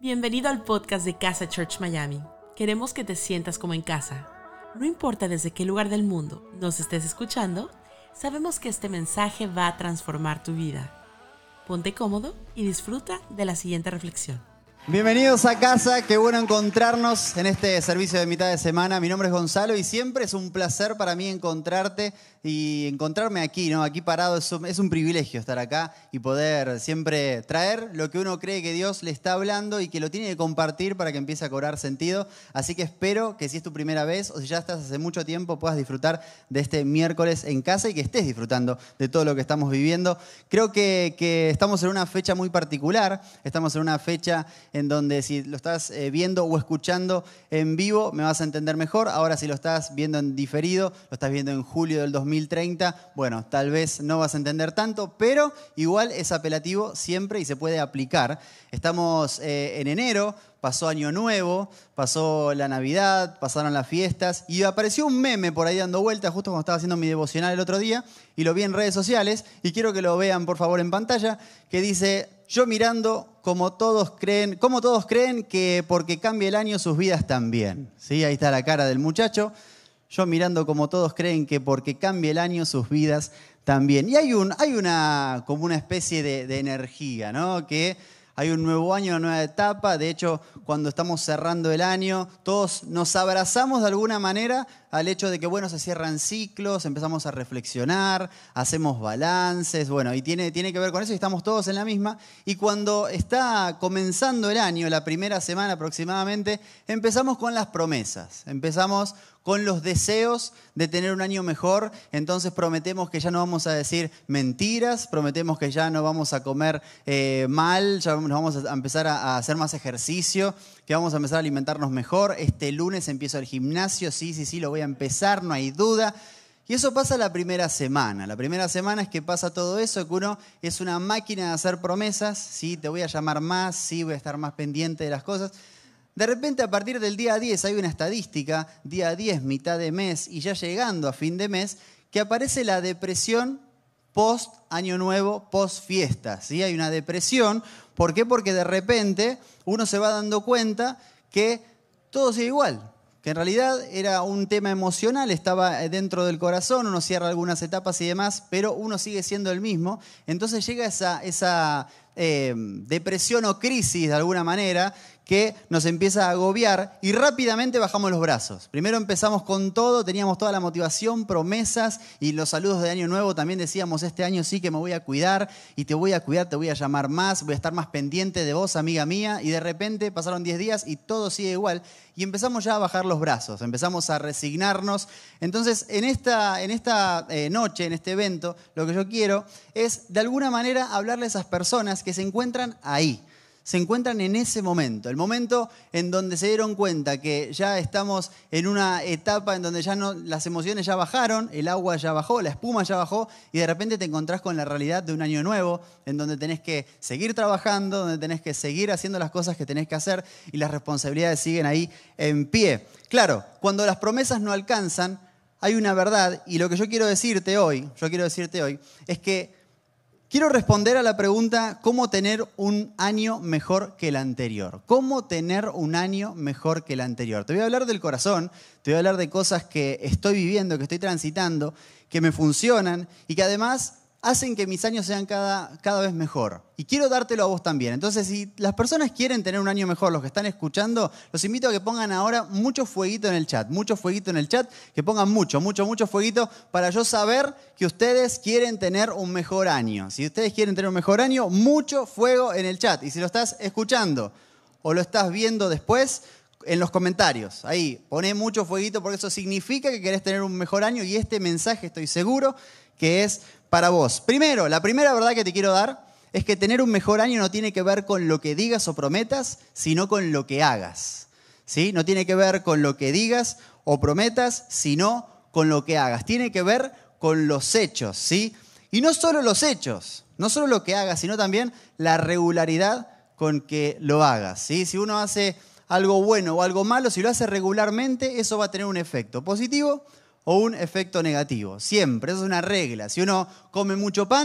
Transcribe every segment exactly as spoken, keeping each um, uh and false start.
Bienvenido al podcast de Casa Church Miami. Queremos que te sientas como en casa. No importa desde qué lugar del mundo nos estés escuchando, sabemos que este mensaje va a transformar tu vida. Ponte cómodo y disfruta de la siguiente reflexión. Bienvenidos a casa, qué bueno encontrarnos en este servicio de mitad de semana. Mi nombre es Gonzalo y siempre es un placer para mí encontrarte y encontrarme aquí, ¿no? Aquí parado es un, es un privilegio estar acá y poder siempre traer lo que uno cree que Dios le está hablando y que lo tiene que compartir para que empiece a cobrar sentido. Así que espero que si es tu primera vez o si ya estás hace mucho tiempo puedas disfrutar de este miércoles en casa y que estés disfrutando de todo lo que estamos viviendo. Creo que, que estamos en una fecha muy particular, estamos en una fecha en donde si lo estás eh, viendo o escuchando en vivo me vas a entender mejor. Ahora si lo estás viendo en diferido, lo estás viendo en julio del dos mil treinta, bueno, tal vez no vas a entender tanto, pero igual es apelativo siempre y se puede aplicar. Estamos eh, en enero, pasó Año Nuevo, pasó la Navidad, pasaron las fiestas y apareció un meme por ahí dando vueltas justo cuando estaba haciendo mi devocional el otro día y lo vi en redes sociales y quiero que lo vean por favor en pantalla, que dice: yo mirando como todos creen, como todos creen que porque cambia el año sus vidas también. ¿Sí? Ahí está la cara del muchacho. Yo mirando como todos creen que porque cambia el año sus vidas también. Y hay, un, hay una, como una especie de, de energía, ¿no? Que hay un nuevo año, una nueva etapa. De hecho, cuando estamos cerrando el año, todos nos abrazamos de alguna manera al hecho de que, bueno, se cierran ciclos, empezamos a reflexionar, hacemos balances, bueno, y tiene, tiene que ver con eso y estamos todos en la misma. Y cuando está comenzando el año, la primera semana aproximadamente, empezamos con las promesas, empezamos con los deseos de tener un año mejor. Entonces prometemos que ya no vamos a decir mentiras, prometemos que ya no vamos a comer eh, mal, ya nos vamos a empezar a, a hacer más ejercicio, que vamos a empezar a alimentarnos mejor. Este lunes empiezo el gimnasio, sí, sí, sí, lo voy a empezar, no hay duda. Y eso pasa la primera semana. La primera semana es que pasa todo eso, que uno es una máquina de hacer promesas, sí, te voy a llamar más, sí, voy a estar más pendiente de las cosas. De repente, a partir del día diez, hay una estadística, día diez, mitad de mes, y ya llegando a fin de mes, que aparece la depresión post Año Nuevo, post fiesta. ¿Sí? Hay una depresión. ¿Por qué? Porque de repente uno se va dando cuenta que todo sigue igual. Que en realidad era un tema emocional, estaba dentro del corazón, uno cierra algunas etapas y demás, pero uno sigue siendo el mismo. Entonces llega esa, esa eh, depresión o crisis de alguna manera que nos empieza a agobiar y rápidamente bajamos los brazos. Primero empezamos con todo, teníamos toda la motivación, promesas y los saludos de Año Nuevo también decíamos: este año sí que me voy a cuidar y te voy a cuidar, te voy a llamar más, voy a estar más pendiente de vos, amiga mía, y de repente pasaron diez días y todo sigue igual y empezamos ya a bajar los brazos, empezamos a resignarnos. Entonces en esta, en esta eh, noche, en este evento, lo que yo quiero es de alguna manera hablarle a esas personas que se encuentran ahí. Se encuentran en ese momento, el momento en donde se dieron cuenta que ya estamos en una etapa en donde ya no, las emociones ya bajaron, el agua ya bajó, la espuma ya bajó y de repente te encontrás con la realidad de un año nuevo en donde tenés que seguir trabajando, donde tenés que seguir haciendo las cosas que tenés que hacer y las responsabilidades siguen ahí en pie. Claro, cuando las promesas no alcanzan, hay una verdad y lo que yo quiero decirte hoy, yo quiero decirte hoy es que quiero responder a la pregunta: ¿cómo tener un año mejor que el anterior? ¿Cómo tener un año mejor que el anterior? Te voy a hablar del corazón, te voy a hablar de cosas que estoy viviendo, que estoy transitando, que me funcionan y que además hacen que mis años sean cada, cada vez mejor. Y quiero dártelo a vos también. Entonces, si las personas quieren tener un año mejor, los que están escuchando, los invito a que pongan ahora mucho fueguito en el chat. Mucho fueguito en el chat, que pongan mucho, mucho, mucho fueguito para yo saber que ustedes quieren tener un mejor año. Si ustedes quieren tener un mejor año, mucho fuego en el chat. Y si lo estás escuchando o lo estás viendo después, en los comentarios, ahí, poné mucho fueguito porque eso significa que querés tener un mejor año y este mensaje estoy seguro que es para vos. Primero, la primera verdad que te quiero dar es que tener un mejor año no tiene que ver con lo que digas o prometas, sino con lo que hagas. ¿Sí? No tiene que ver con lo que digas o prometas, sino con lo que hagas. Tiene que ver con los hechos, ¿sí? Y no solo los hechos, no solo lo que hagas, sino también la regularidad con que lo hagas, ¿sí? Si uno hace algo bueno o algo malo, si lo hace regularmente, eso va a tener un efecto positivo o un efecto negativo. Siempre, eso es una regla. Si uno come mucho pan,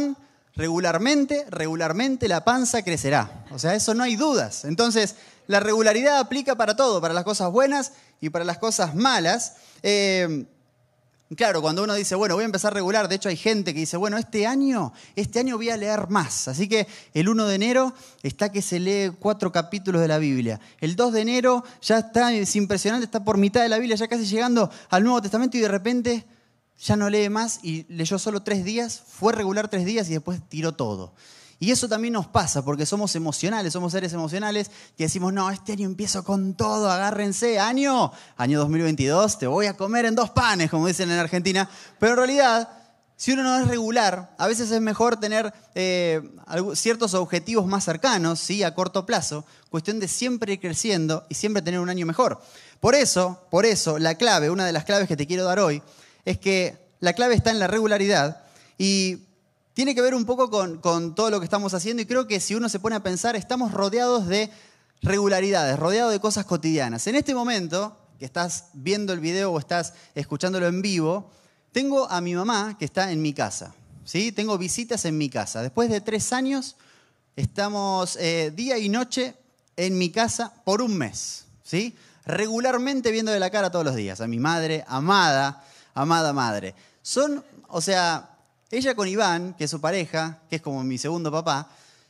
regularmente, regularmente la panza crecerá. O sea, eso no hay dudas. Entonces, la regularidad aplica para todo, para las cosas buenas y para las cosas malas. Eh, Claro, cuando uno dice, bueno, voy a empezar regular, de hecho hay gente que dice, bueno, este año, este año voy a leer más. Así que el uno de enero está que se lee cuatro capítulos de la Biblia. El dos de enero ya está, es impresionante, está por mitad de la Biblia, ya casi llegando al Nuevo Testamento y de repente ya no lee más y leyó solo tres días, fue regular tres días y después tiró todo. Y eso también nos pasa porque somos emocionales, somos seres emocionales que decimos, no, este año empiezo con todo, agárrense, año, año dos mil veintidós, te voy a comer en dos panes, como dicen en Argentina. Pero en realidad, si uno no es regular, a veces es mejor tener eh, ciertos objetivos más cercanos, ¿sí? A corto plazo, cuestión de siempre ir creciendo y siempre tener un año mejor. Por eso, por eso, la clave, una de las claves que te quiero dar hoy, es que la clave está en la regularidad y tiene que ver un poco con, con todo lo que estamos haciendo y creo que si uno se pone a pensar, estamos rodeados de regularidades, rodeados de cosas cotidianas. En este momento, que estás viendo el video o estás escuchándolo en vivo, tengo a mi mamá que está en mi casa, ¿sí? Tengo visitas en mi casa. Después de tres años, estamos eh, día y noche en mi casa por un mes, ¿sí? Regularmente viendo de la cara todos los días a mi madre, amada, amada madre. Son, o sea... Ella con Iván, que es su pareja, que es como mi segundo papá,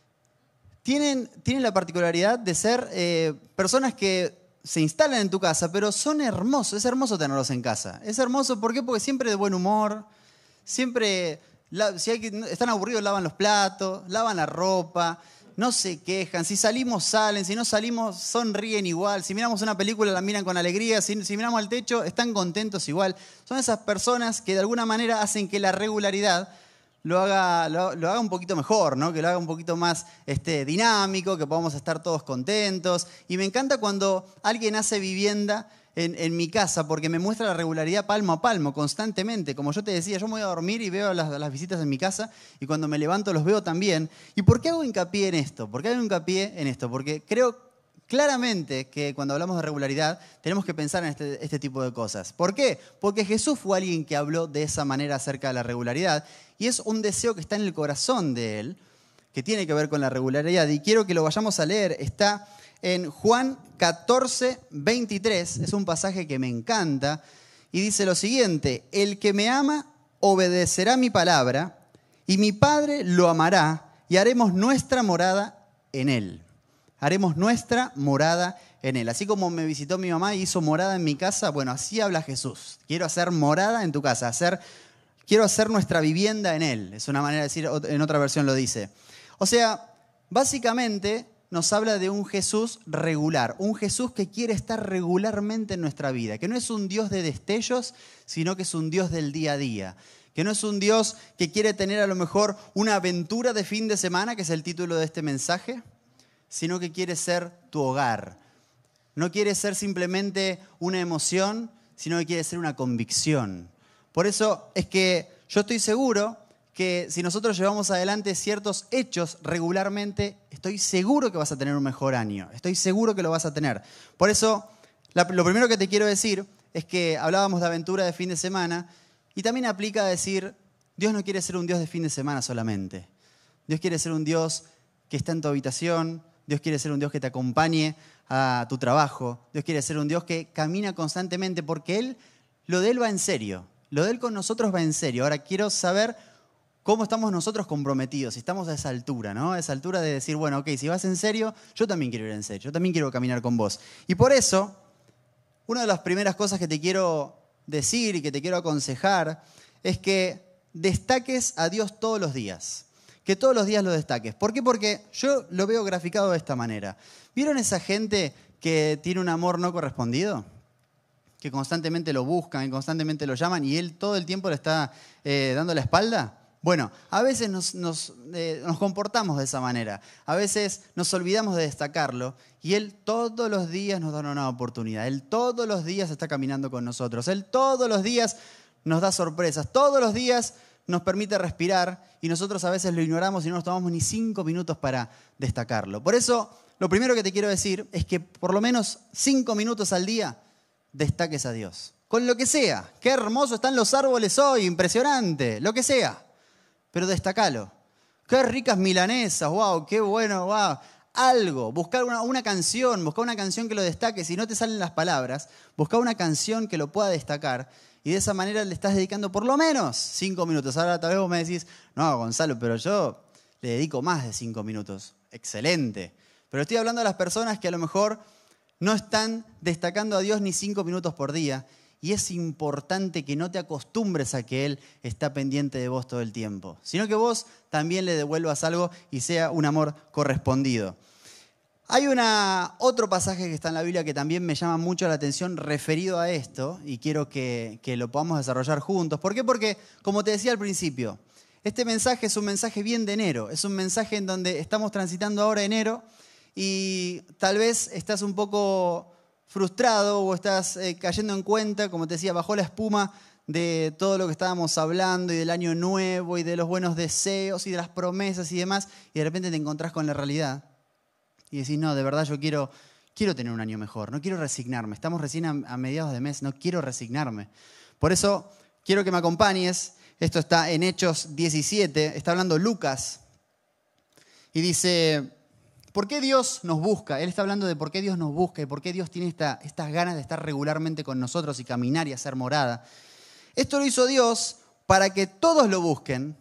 tienen, tienen la particularidad de ser eh, personas que se instalan en tu casa, pero son hermosos. Es hermoso tenerlos en casa. Es hermoso, ¿por qué? Porque siempre de buen humor, siempre, la, si hay que, están aburridos, lavan los platos, lavan la ropa, no se quejan. Si salimos, salen. Si no salimos, sonríen igual. Si miramos una película, la miran con alegría. Si, si miramos al techo, están contentos igual. Son esas personas que de alguna manera hacen que la regularidad lo haga, lo, lo haga un poquito mejor, ¿no? Que lo haga un poquito más este, dinámico, que podamos estar todos contentos. Y me encanta cuando alguien hace vivienda en, en mi casa, porque me muestra la regularidad palmo a palmo, constantemente. Como yo te decía, yo me voy a dormir y veo las, las visitas en mi casa, y cuando me levanto los veo también. ¿Y por qué hago hincapié en esto? ¿Por qué hago hincapié en esto? Porque creo claramente que cuando hablamos de regularidad tenemos que pensar en este, este tipo de cosas. ¿Por qué? Porque Jesús fue alguien que habló de esa manera acerca de la regularidad, y es un deseo que está en el corazón de él, que tiene que ver con la regularidad. Y quiero que lo vayamos a leer. Está en Juan catorce, veintitrés, es un pasaje que me encanta, y dice lo siguiente: el que me ama obedecerá mi palabra, y mi Padre lo amará, y haremos nuestra morada en él. Haremos nuestra morada en él. Así como me visitó mi mamá y hizo morada en mi casa, bueno, así habla Jesús. Quiero hacer morada en tu casa, hacer, quiero hacer nuestra vivienda en él. Es una manera de decir, en otra versión lo dice. O sea, básicamente nos habla de un Jesús regular, un Jesús que quiere estar regularmente en nuestra vida, que no es un Dios de destellos, sino que es un Dios del día a día, que no es un Dios que quiere tener a lo mejor una aventura de fin de semana, que es el título de este mensaje, sino que quiere ser tu hogar. No quiere ser simplemente una emoción, sino que quiere ser una convicción. Por eso es que yo estoy seguro que si nosotros llevamos adelante ciertos hechos regularmente, estoy seguro que vas a tener un mejor año. Estoy seguro que lo vas a tener. Por eso, la, lo primero que te quiero decir es que hablábamos de aventura de fin de semana y también aplica a decir, Dios no quiere ser un Dios de fin de semana solamente. Dios quiere ser un Dios que está en tu habitación. Dios quiere ser un Dios que te acompañe a tu trabajo. Dios quiere ser un Dios que camina constantemente porque Él, lo de Él va en serio. Lo de Él con nosotros va en serio. Ahora quiero saber cómo estamos nosotros comprometidos, si estamos a esa altura, ¿no? A esa altura de decir, bueno, ok, si vas en serio, yo también quiero ir en serio, yo también quiero caminar con vos. Y por eso, una de las primeras cosas que te quiero decir y que te quiero aconsejar es que destaques a Dios todos los días. Que todos los días lo destaques. ¿Por qué? Porque yo lo veo graficado de esta manera. ¿Vieron esa gente que tiene un amor no correspondido? Que constantemente lo buscan, que constantemente lo llaman y él todo el tiempo le está eh, dando la espalda. Bueno, a veces nos, nos, eh, nos comportamos de esa manera. A veces nos olvidamos de destacarlo y Él todos los días nos da una nueva oportunidad. Él todos los días está caminando con nosotros. Él todos los días nos da sorpresas. Todos los días nos permite respirar y nosotros a veces lo ignoramos y no nos tomamos ni cinco minutos para destacarlo. Por eso, lo primero que te quiero decir es que por lo menos cinco minutos al día destaques a Dios. Con lo que sea. Qué hermoso están los árboles hoy, impresionante, lo que sea. Pero destacalo. qué ricas milanesas, wow, qué bueno, wow. Algo, buscar una, una canción, buscar una canción que lo destaque. Si no te salen las palabras, buscar una canción que lo pueda destacar. Y de esa manera le estás dedicando por lo menos cinco minutos. Ahora tal vez vos me decís, no, Gonzalo, pero yo le dedico más de cinco minutos. Excelente. Pero estoy hablando de las personas que a lo mejor no están destacando a Dios ni cinco minutos por día. Y es importante que no te acostumbres a que Él está pendiente de vos todo el tiempo, sino que vos también le devuelvas algo y sea un amor correspondido. Hay una, otro pasaje que está en la Biblia que también me llama mucho la atención referido a esto y quiero que, que lo podamos desarrollar juntos. ¿Por qué? Porque, como te decía al principio, este mensaje es un mensaje bien de enero. Es un mensaje en donde estamos transitando ahora enero y tal vez estás un poco frustrado o estás eh, cayendo en cuenta, como te decía, bajo la espuma de todo lo que estábamos hablando y del año nuevo y de los buenos deseos y de las promesas y demás, y de repente te encontrás con la realidad y decís, no, de verdad yo quiero, quiero tener un año mejor, no quiero resignarme, estamos recién a, a mediados de mes, no quiero resignarme. Por eso quiero que me acompañes, esto está en Hechos diecisiete, está hablando Lucas y dice, ¿por qué Dios nos busca? Él está hablando de por qué Dios nos busca y por qué Dios tiene esta, estas ganas de estar regularmente con nosotros y caminar y hacer morada. Esto lo hizo Dios para que todos lo busquen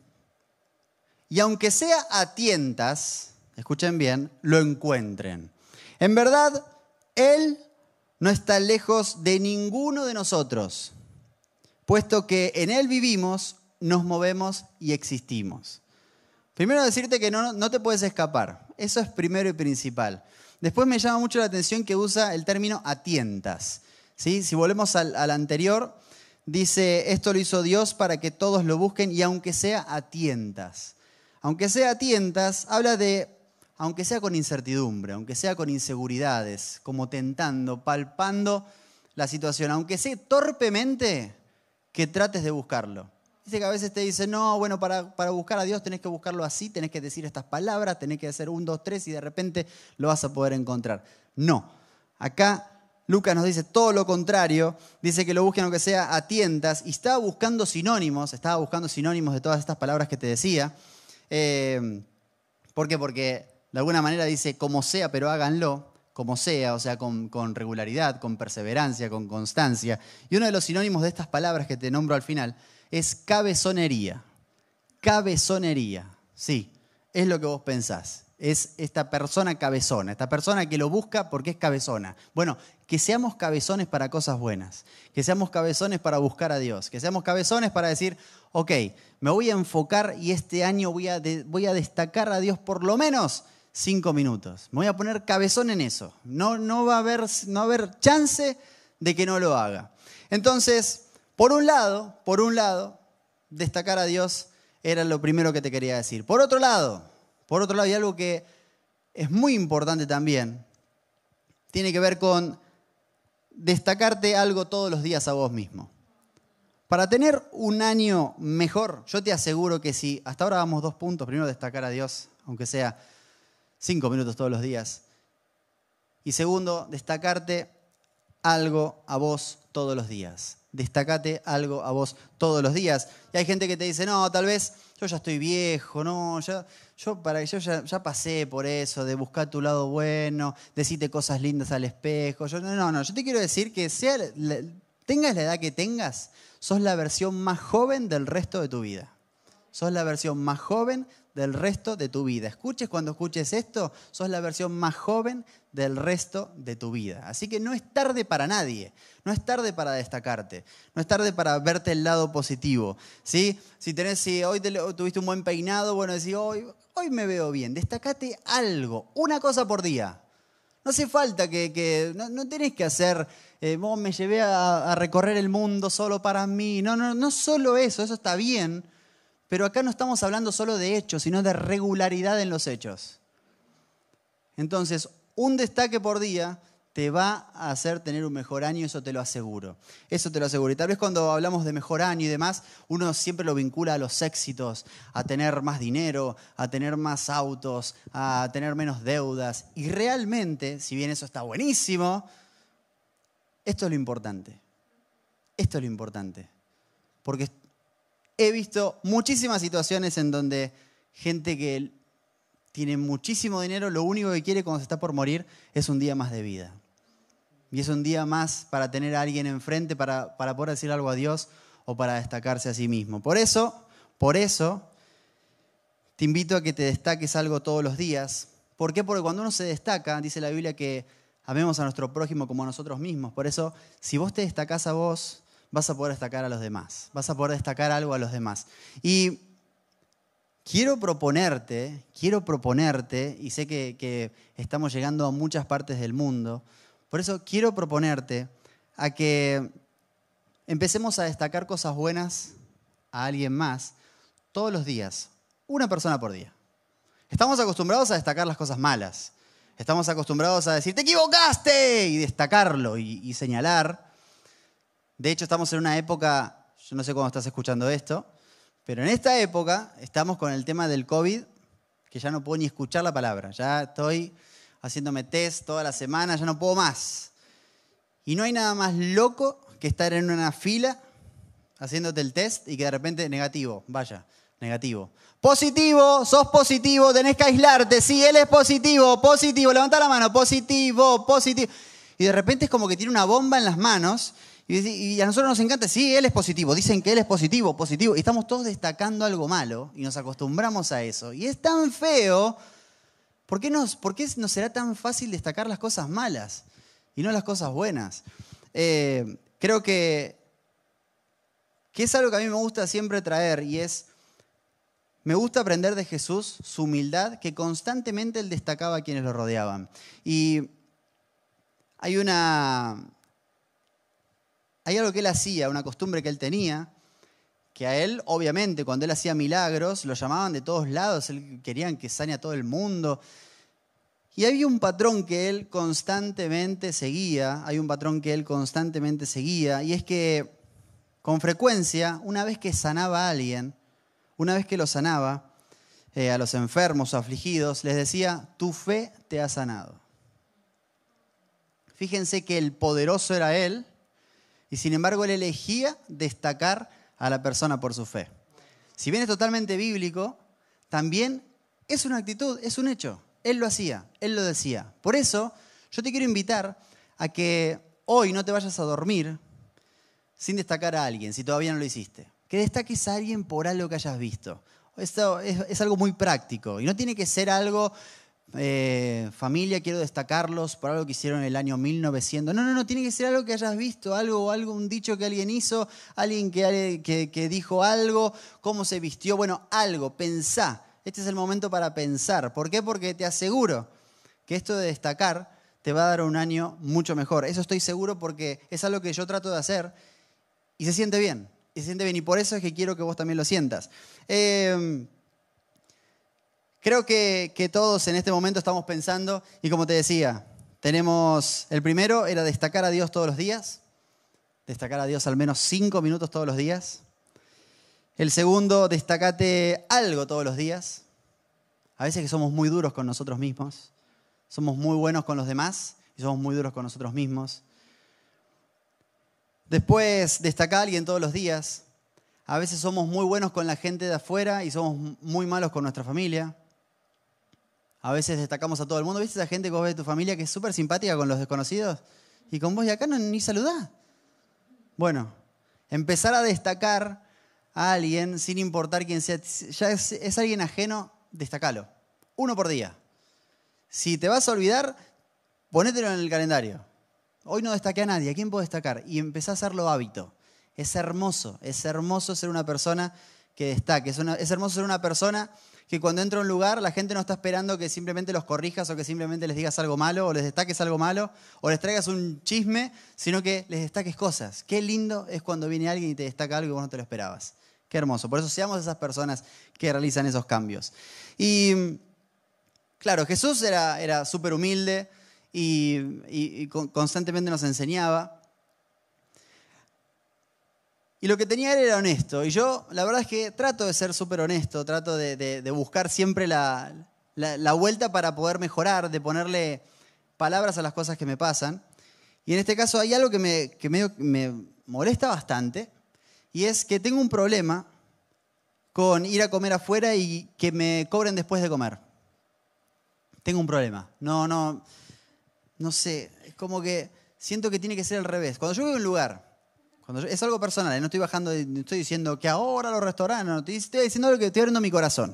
y aunque sea a tientas, escuchen bien, lo encuentren. En verdad, Él no está lejos de ninguno de nosotros, puesto que en Él vivimos, nos movemos y existimos. Primero decirte que no, no te puedes escapar. Eso es primero y principal. Después me llama mucho la atención que usa el término a tientas. ¿Sí? Si volvemos al, al anterior, dice, esto lo hizo Dios para que todos lo busquen y aunque sea a tientas. Aunque sea a tientas, habla de, aunque sea con incertidumbre, aunque sea con inseguridades, como tentando, palpando la situación, aunque sea torpemente, que trates de buscarlo. Dice que a veces te dicen, no, bueno, para, para buscar a Dios tenés que buscarlo así, tenés que decir estas palabras, tenés que hacer un, dos, tres y de repente lo vas a poder encontrar. No. Acá Lucas nos dice todo lo contrario, dice que lo busquen aunque sea a tientas y estaba buscando sinónimos, estaba buscando sinónimos de todas estas palabras que te decía. Eh, ¿Por qué? Porque de alguna manera dice como sea, pero háganlo, como sea, o sea, con, con regularidad, con perseverancia, con constancia. Y uno de los sinónimos de estas palabras que te nombro al final es cabezonería. Cabezonería, sí, es lo que vos pensás. Es esta persona cabezona, esta persona que lo busca porque es cabezona. Bueno, que seamos cabezones para cosas buenas, que seamos cabezones para buscar a Dios, que seamos cabezones para decir, ok, me voy a enfocar y este año voy a, de, voy a destacar a Dios por lo menos cinco minutos. Me voy a poner cabezón en eso. No, no, va a haber, no va a haber chance de que no lo haga. Entonces, por un lado, por un lado, destacar a Dios era lo primero que te quería decir. Por otro lado, por otro lado, y algo que es muy importante también, tiene que ver con destacarte algo todos los días a vos mismo. Para tener un año mejor, yo te aseguro que si hasta ahora vamos dos puntos, primero destacar a Dios, aunque sea cinco minutos todos los días, y segundo, destacarte algo a vos todos los días. Destacate algo a vos todos los días. Y hay gente que te dice, no, tal vez yo ya estoy viejo, no, ya, yo, para, yo ya, ya pasé por eso, de buscar tu lado bueno, decirte cosas lindas al espejo. Yo, no, no, no, yo te quiero decir que sea, tengas la edad que tengas, sos la versión más joven del resto de tu vida. Sos la versión más joven del resto de tu vida. Escuches cuando escuches esto, sos la versión más joven del resto de tu vida. Así que no es tarde para nadie, no es tarde para destacarte, no es tarde para verte el lado positivo, ¿sí? Si tenés, si hoy te, tuviste un buen peinado, bueno, decís, hoy, hoy me veo bien, destacate algo, una cosa por día. No hace falta que, que no, no tenés que hacer, eh, oh, me llevé a, a recorrer el mundo solo para mí, no, no, no solo eso, eso está bien, pero acá no estamos hablando solo de hechos, sino de regularidad en los hechos. Entonces, un destaque por día te va a hacer tener un mejor año, eso te lo aseguro. Eso te lo aseguro. Y tal vez cuando hablamos de mejor año y demás, uno siempre lo vincula a los éxitos, a tener más dinero, a tener más autos, a tener menos deudas. Y realmente, si bien eso está buenísimo, esto es lo importante. Esto es lo importante. Porque he visto muchísimas situaciones en donde gente que tiene muchísimo dinero, lo único que quiere cuando se está por morir es un día más de vida. Y es un día más para tener a alguien enfrente, para, para poder decir algo a Dios o para destacarse a sí mismo. Por eso, por eso, te invito a que te destaques algo todos los días. ¿Por qué? Porque cuando uno se destaca, dice la Biblia que amemos a nuestro prójimo como a nosotros mismos. Por eso, si vos te destacás a vos, vas a poder destacar a los demás. Vas a poder destacar algo a los demás. Y quiero proponerte, quiero proponerte, y sé que, que estamos llegando a muchas partes del mundo, por eso quiero proponerte a que empecemos a destacar cosas buenas a alguien más todos los días, una persona por día. Estamos acostumbrados a destacar las cosas malas. Estamos acostumbrados a decir, ¡te equivocaste! Y destacarlo y, y señalar. De hecho, estamos en una época, yo no sé cuándo estás escuchando esto, pero en esta época estamos con el tema del COVID, que ya no puedo ni escuchar la palabra. Ya estoy haciéndome test toda la semana, ya no puedo más. Y no hay nada más loco que estar en una fila haciéndote el test y que de repente negativo, vaya, negativo. Positivo, sos positivo, tenés que aislarte. Sí, él es positivo, positivo, levanta la mano, positivo, positivo. Y de repente es como que tiene una bomba en las manos y a nosotros nos encanta, sí, él es positivo, dicen que él es positivo, positivo. Y estamos todos destacando algo malo y nos acostumbramos a eso. Y es tan feo. ¿Por qué nos, por qué nos será tan fácil destacar las cosas malas y no las cosas buenas? Eh, creo que, que es algo que a mí me gusta siempre traer y es, me gusta aprender de Jesús su humildad, que constantemente él destacaba a quienes lo rodeaban. Y hay una, hay algo que él hacía, una costumbre que él tenía, que a él, obviamente, cuando él hacía milagros, lo llamaban de todos lados, él querían que sane a todo el mundo. Y había un patrón que él constantemente seguía, hay un patrón que él constantemente seguía, y es que, con frecuencia, una vez que sanaba a alguien, una vez que lo sanaba, eh, a los enfermos o afligidos, les decía, tu fe te ha sanado. Fíjense que el poderoso era él, y sin embargo él elegía destacar a la persona por su fe. Si bien es totalmente bíblico, también es una actitud, es un hecho. Él lo hacía, él lo decía. Por eso yo te quiero invitar a que hoy no te vayas a dormir sin destacar a alguien, si todavía no lo hiciste. Que destaques a alguien por algo que hayas visto. Esto es, es algo muy práctico y no tiene que ser algo... Eh, familia, quiero destacarlos por algo que hicieron en el año mil novecientos. No, no, no, tiene que ser algo que hayas visto, algo, algo, un dicho que alguien hizo, alguien que, que, que dijo algo, cómo se vistió, bueno, algo, pensá. Este es el momento para pensar. ¿Por qué? Porque te aseguro que esto de destacar te va a dar un año mucho mejor. Eso estoy seguro porque es algo que yo trato de hacer y se siente bien, y se siente bien y por eso es que quiero que vos también lo sientas. Eh, Creo que, que todos en este momento estamos pensando, y como te decía, tenemos, el primero era destacar a Dios todos los días, destacar a Dios al menos cinco minutos todos los días. El segundo, destacate algo todos los días. A veces que somos muy duros con nosotros mismos, somos muy buenos con los demás y somos muy duros con nosotros mismos. Después, destacar a alguien todos los días. A veces somos muy buenos con la gente de afuera y somos muy malos con nuestra familia. A veces destacamos a todo el mundo. ¿Viste esa gente que vos ves de tu familia que es súper simpática con los desconocidos? Y con vos y acá no, ni saludás. Bueno, empezar a destacar a alguien sin importar quién sea. Ya es, es alguien ajeno, destacalo. Uno por día. Si te vas a olvidar, ponételo en el calendario. Hoy no destaqué a nadie. ¿A quién puedo destacar? Y empezá a hacerlo hábito. Es hermoso. Es hermoso ser una persona que destaque. Es, una, es hermoso ser una persona que cuando entra a un lugar la gente no está esperando que simplemente los corrijas o que simplemente les digas algo malo o les destaques algo malo o les traigas un chisme, sino que les destaques cosas. Qué lindo es cuando viene alguien y te destaca algo y vos no te lo esperabas. Qué hermoso. Por eso seamos esas personas que realizan esos cambios. Y claro, Jesús era, era súper humilde y, y, y constantemente nos enseñaba. Y lo que tenía él era honesto. Y yo, la verdad es que trato de ser súper honesto, trato de, de, de buscar siempre la, la, la vuelta para poder mejorar, de ponerle palabras a las cosas que me pasan. Y en este caso hay algo que me, que medio, me molesta bastante, y es que tengo un problema con ir a comer afuera y que me cobren después de comer. Tengo un problema. No, no, no sé. Es como que siento que tiene que ser al revés. Cuando yo voy a un lugar, cuando yo, es algo personal, no estoy bajando, no estoy diciendo que ahora los restaurantes, no, estoy, estoy diciendo lo que estoy abriendo mi corazón.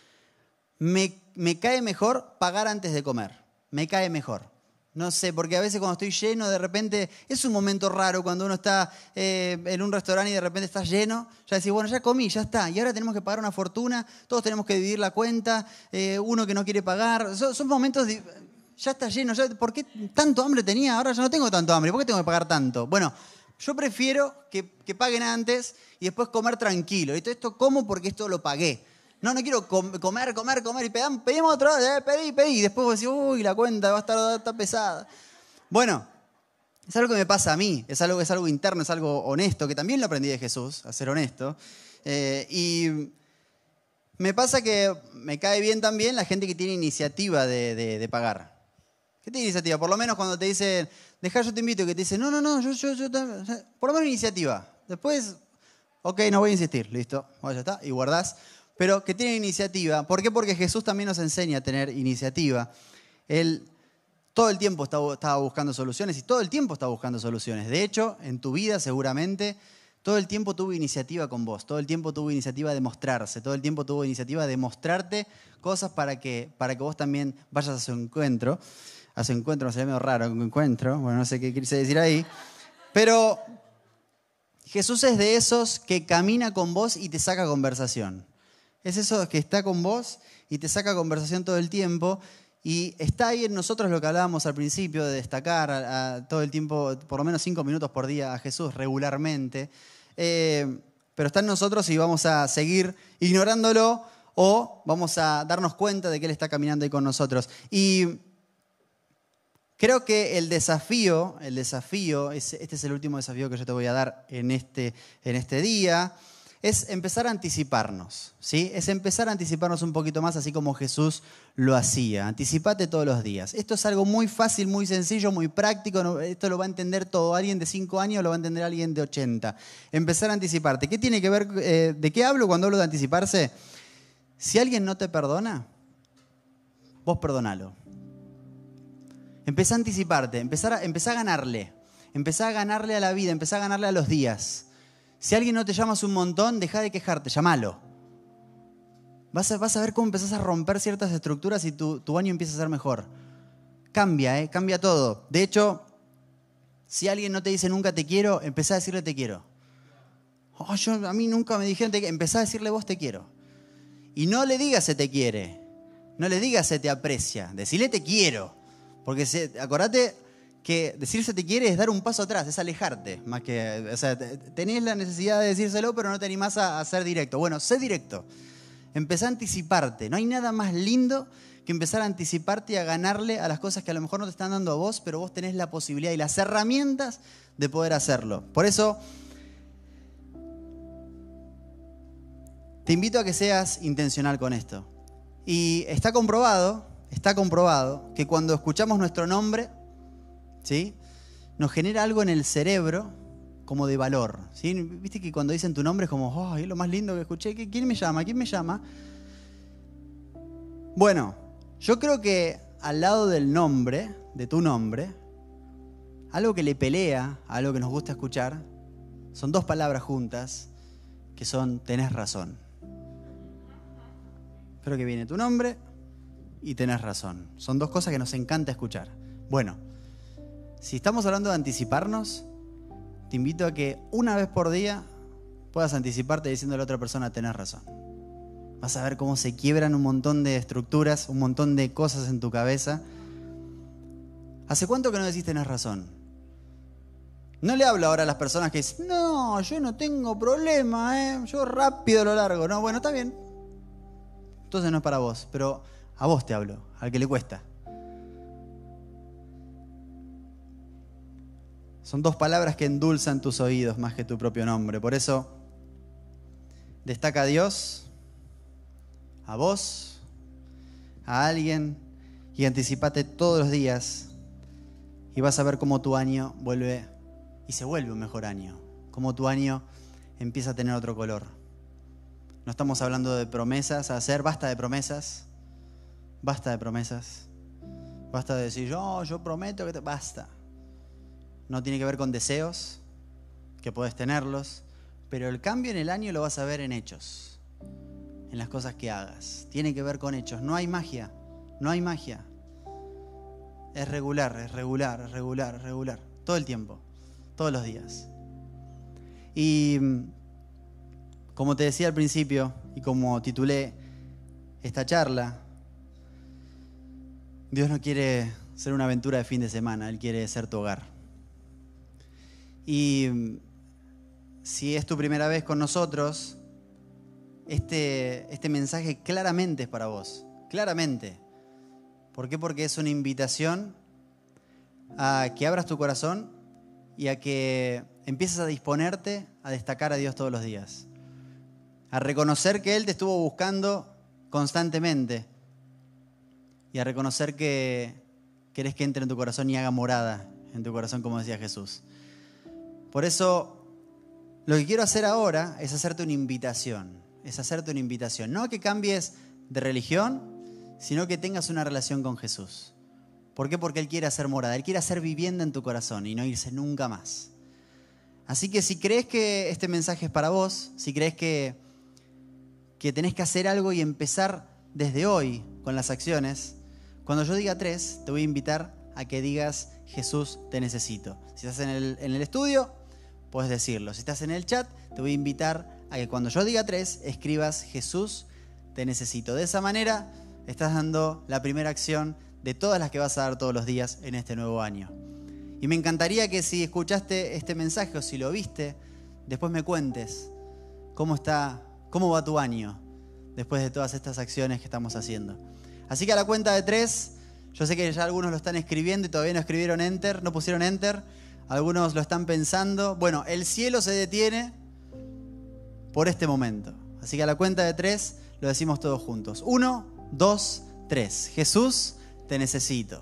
Me, me cae mejor pagar antes de comer. Me cae mejor. No sé, porque a veces cuando estoy lleno, de repente, es un momento raro cuando uno está eh, en un restaurante y de repente está lleno. Ya decís, bueno, ya comí, ya está. Y ahora tenemos que pagar una fortuna, todos tenemos que dividir la cuenta, eh, uno que no quiere pagar. Son, son momentos, de, ya está lleno. Ya, ¿por qué tanto hambre tenía? Ahora ya no tengo tanto hambre. ¿Por qué tengo que pagar tanto? Bueno, yo prefiero que, que paguen antes y después comer tranquilo. Y todo esto como porque esto lo pagué. No, no quiero comer, comer, comer y pedam, pedimos otra vez, eh, pedí, pedí. Y después vos decís, uy, la cuenta va a estar, va a estar pesada. Bueno, es algo que me pasa a mí, es algo, es algo interno, es algo honesto, que también lo aprendí de Jesús, a ser honesto. Eh, y me pasa que me cae bien también la gente que tiene iniciativa de, de, de pagar. ¿Qué tiene iniciativa? Por lo menos cuando te dicen, dejá, yo te invito, que te dicen, no, no, no, yo, yo, yo, por lo menos iniciativa. Después, ok, no voy a insistir, listo, bueno, ya está, y guardás. Pero que tienen iniciativa. ¿Por qué? Porque Jesús también nos enseña a tener iniciativa. Él todo el tiempo estaba buscando soluciones y todo el tiempo está buscando soluciones. De hecho, en tu vida seguramente, todo el tiempo tuvo iniciativa con vos. Todo el tiempo tuvo iniciativa de mostrarse. Todo el tiempo tuvo iniciativa de mostrarte cosas para que, para que vos también vayas a su encuentro. A su encuentro, no sé, medio raro, encuentro. Bueno, no sé qué quise decir ahí. Pero Jesús es de esos que camina con vos y te saca conversación. Es eso que está con vos y te saca conversación todo el tiempo y está ahí en nosotros lo que hablábamos al principio de destacar a, a todo el tiempo, por lo menos cinco minutos por día a Jesús regularmente. Eh, pero está en nosotros y vamos a seguir ignorándolo o vamos a darnos cuenta de que Él está caminando ahí con nosotros. Y creo que el desafío, el desafío, es, este es el último desafío que yo te voy a dar en este, en este día, es empezar a anticiparnos, ¿sí? Es empezar a anticiparnos un poquito más, así como Jesús lo hacía. Anticipate todos los días. Esto es algo muy fácil, muy sencillo, muy práctico. Esto lo va a entender todo. Alguien de cinco años lo va a entender alguien de ochenta. Empezar a anticiparte. ¿Qué tiene que ver? Eh, ¿De qué hablo cuando hablo de anticiparse? Si alguien no te perdona, vos perdonalo. Empezá a anticiparte, empezá a, empezá a ganarle. Empezá a ganarle a la vida, empezá a ganarle a los días. Si alguien no te llama hace un montón, deja de quejarte, llámalo. Vas a, vas a ver cómo empezás a romper ciertas estructuras y tu, tu año empieza a ser mejor. Cambia, ¿eh? Cambia todo. De hecho, si alguien no te dice nunca te quiero, empezá a decirle te quiero. Oh, yo, a mí nunca me dijeron te quiero. Empezá a decirle vos te quiero. Y no le digas se te quiere. No le digas se te aprecia. Decile te quiero. Porque se, acordate que decirse te quiere es dar un paso atrás, es alejarte. Más que, o sea, tenés la necesidad de decírselo, pero no te animás a, a ser directo. Bueno, sé directo. Empezá a anticiparte. No hay nada más lindo que empezar a anticiparte y a ganarle a las cosas que a lo mejor no te están dando a vos, pero vos tenés la posibilidad y las herramientas de poder hacerlo. Por eso, te invito a que seas intencional con esto. Y está comprobado, está comprobado que cuando escuchamos nuestro nombre, ¿sí?, nos genera algo en el cerebro como de valor, ¿sí? Viste que cuando dicen tu nombre es como, oh, es lo más lindo que escuché. ¿Quién me llama? ¿Quién me llama? Bueno, yo creo que al lado del nombre, de tu nombre, algo que le pelea, algo que nos gusta escuchar, son dos palabras juntas que son tenés razón. Creo que viene tu nombre y tenés razón. Son dos cosas que nos encanta escuchar. Bueno, si estamos hablando de anticiparnos, te invito a que una vez por día puedas anticiparte diciendo a la otra persona tenés razón. Vas a ver cómo se quiebran un montón de estructuras, un montón de cosas en tu cabeza. ¿Hace cuánto que no decís tenés razón? No le hablo ahora a las personas que dicen, no, yo no tengo problema, ¿eh? Yo rápido lo largo. No, bueno, está bien. Entonces no es para vos, pero a vos te hablo, al que le cuesta. Son dos palabras que endulzan tus oídos más que tu propio nombre. Por eso, destaca a Dios, a vos, a alguien y anticipate todos los días y vas a ver cómo tu año vuelve y se vuelve un mejor año. Cómo tu año empieza a tener otro color. No estamos hablando de promesas a hacer. Basta de promesas. Basta de promesas. Basta de decir, yo, yo prometo que te... Basta. No tiene que ver con deseos, que puedes tenerlos, pero el cambio en el año lo vas a ver en hechos, en las cosas que hagas. Tiene que ver con hechos. No hay magia. No hay magia. Es regular, es regular, es regular, es regular. Todo el tiempo. Todos los días. Y como te decía al principio, y como titulé esta charla, Dios no quiere ser una aventura de fin de semana, Él quiere ser tu hogar. Y si es tu primera vez con nosotros, este, este mensaje claramente es para vos. Claramente. ¿Por qué? Porque es una invitación a que abras tu corazón y a que empieces a disponerte a destacar a Dios todos los días. A reconocer que Él te estuvo buscando constantemente. Y a reconocer que querés que entre en tu corazón y haga morada en tu corazón, como decía Jesús. Por eso, lo que quiero hacer ahora es hacerte una invitación. Es hacerte una invitación. No a que cambies de religión, sino que tengas una relación con Jesús. ¿Por qué? Porque Él quiere hacer morada. Él quiere hacer vivienda en tu corazón y no irse nunca más. Así que si crees que este mensaje es para vos, si crees que, que tenés que hacer algo y empezar desde hoy con las acciones, cuando yo diga tres, te voy a invitar a que digas, Jesús, te necesito. Si estás en el, en el estudio, puedes decirlo. Si estás en el chat, te voy a invitar a que cuando yo diga tres, escribas, Jesús, te necesito. De esa manera, estás dando la primera acción de todas las que vas a dar todos los días en este nuevo año. Y me encantaría que si escuchaste este mensaje o si lo viste, después me cuentes cómo está, cómo va tu año después de todas estas acciones que estamos haciendo. Así que a la cuenta de tres, yo sé que ya algunos lo están escribiendo y todavía no escribieron enter, no pusieron enter, algunos lo están pensando. Bueno, el cielo se detiene por este momento. Así que a la cuenta de tres lo decimos todos juntos. Uno, dos, tres. Jesús, te necesito.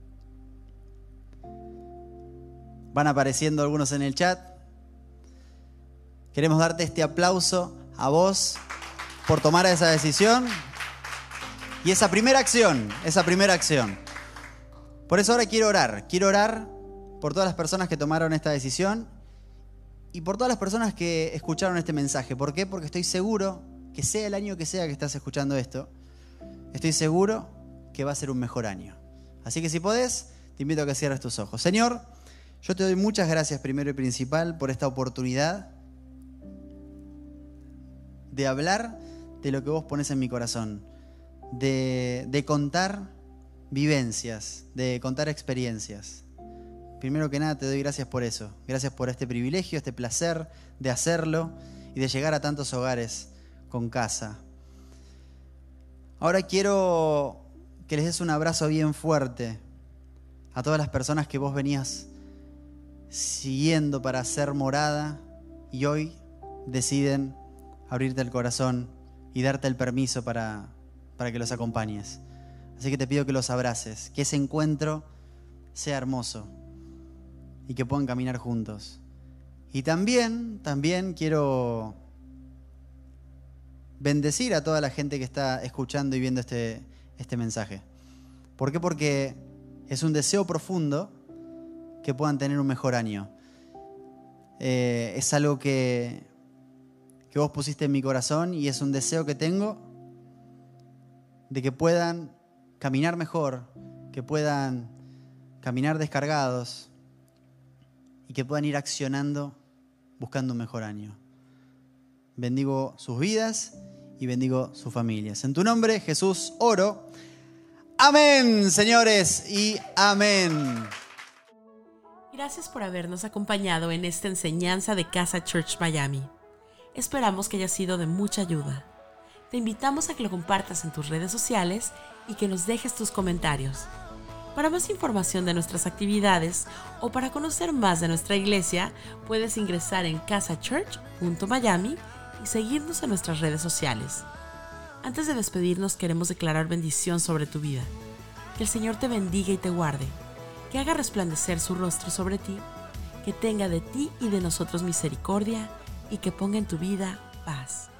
Van apareciendo algunos en el chat. Queremos darte este aplauso a vos por tomar esa decisión y esa primera acción, esa primera acción. Por eso ahora quiero orar. Quiero orar por todas las personas que tomaron esta decisión y por todas las personas que escucharon este mensaje. ¿Por qué? Porque estoy seguro que sea el año que sea que estás escuchando esto, estoy seguro que va a ser un mejor año. Así que si podés, te invito a que cierres tus ojos. Señor, yo te doy muchas gracias primero y principal por esta oportunidad de hablar de lo que vos pones en mi corazón, de, de contar vivencias, de contar experiencias. Primero que nada te doy gracias por eso, gracias por este privilegio, este placer de hacerlo y de llegar a tantos hogares con casa. Ahora quiero que les des un abrazo bien fuerte a todas las personas que vos venías siguiendo para hacer morada y hoy deciden abrirte el corazón y darte el permiso para, para que los acompañes. Así que te pido que los abraces, que ese encuentro sea hermoso y que puedan caminar juntos. Y también, también quiero bendecir a toda la gente que está escuchando y viendo este, este mensaje. ¿Por qué? Porque es un deseo profundo que puedan tener un mejor año. Eh, es algo que, que vos pusiste en mi corazón y es un deseo que tengo de que puedan caminar mejor, que puedan caminar descargados y que puedan ir accionando buscando un mejor año. Bendigo sus vidas y bendigo sus familias. En tu nombre, Jesús, oro. Amén, señores, y amén. Gracias por habernos acompañado en esta enseñanza de Casa Church Miami. Esperamos que haya sido de mucha ayuda. Te invitamos a que lo compartas en tus redes sociales y que nos dejes tus comentarios. Para más información de nuestras actividades o para conocer más de nuestra iglesia, puedes ingresar en casa church punto miami y seguirnos en nuestras redes sociales. Antes de despedirnos, queremos declarar bendición sobre tu vida. Que el Señor te bendiga y te guarde, que haga resplandecer su rostro sobre ti, que tenga de ti y de nosotros misericordia y que ponga en tu vida paz.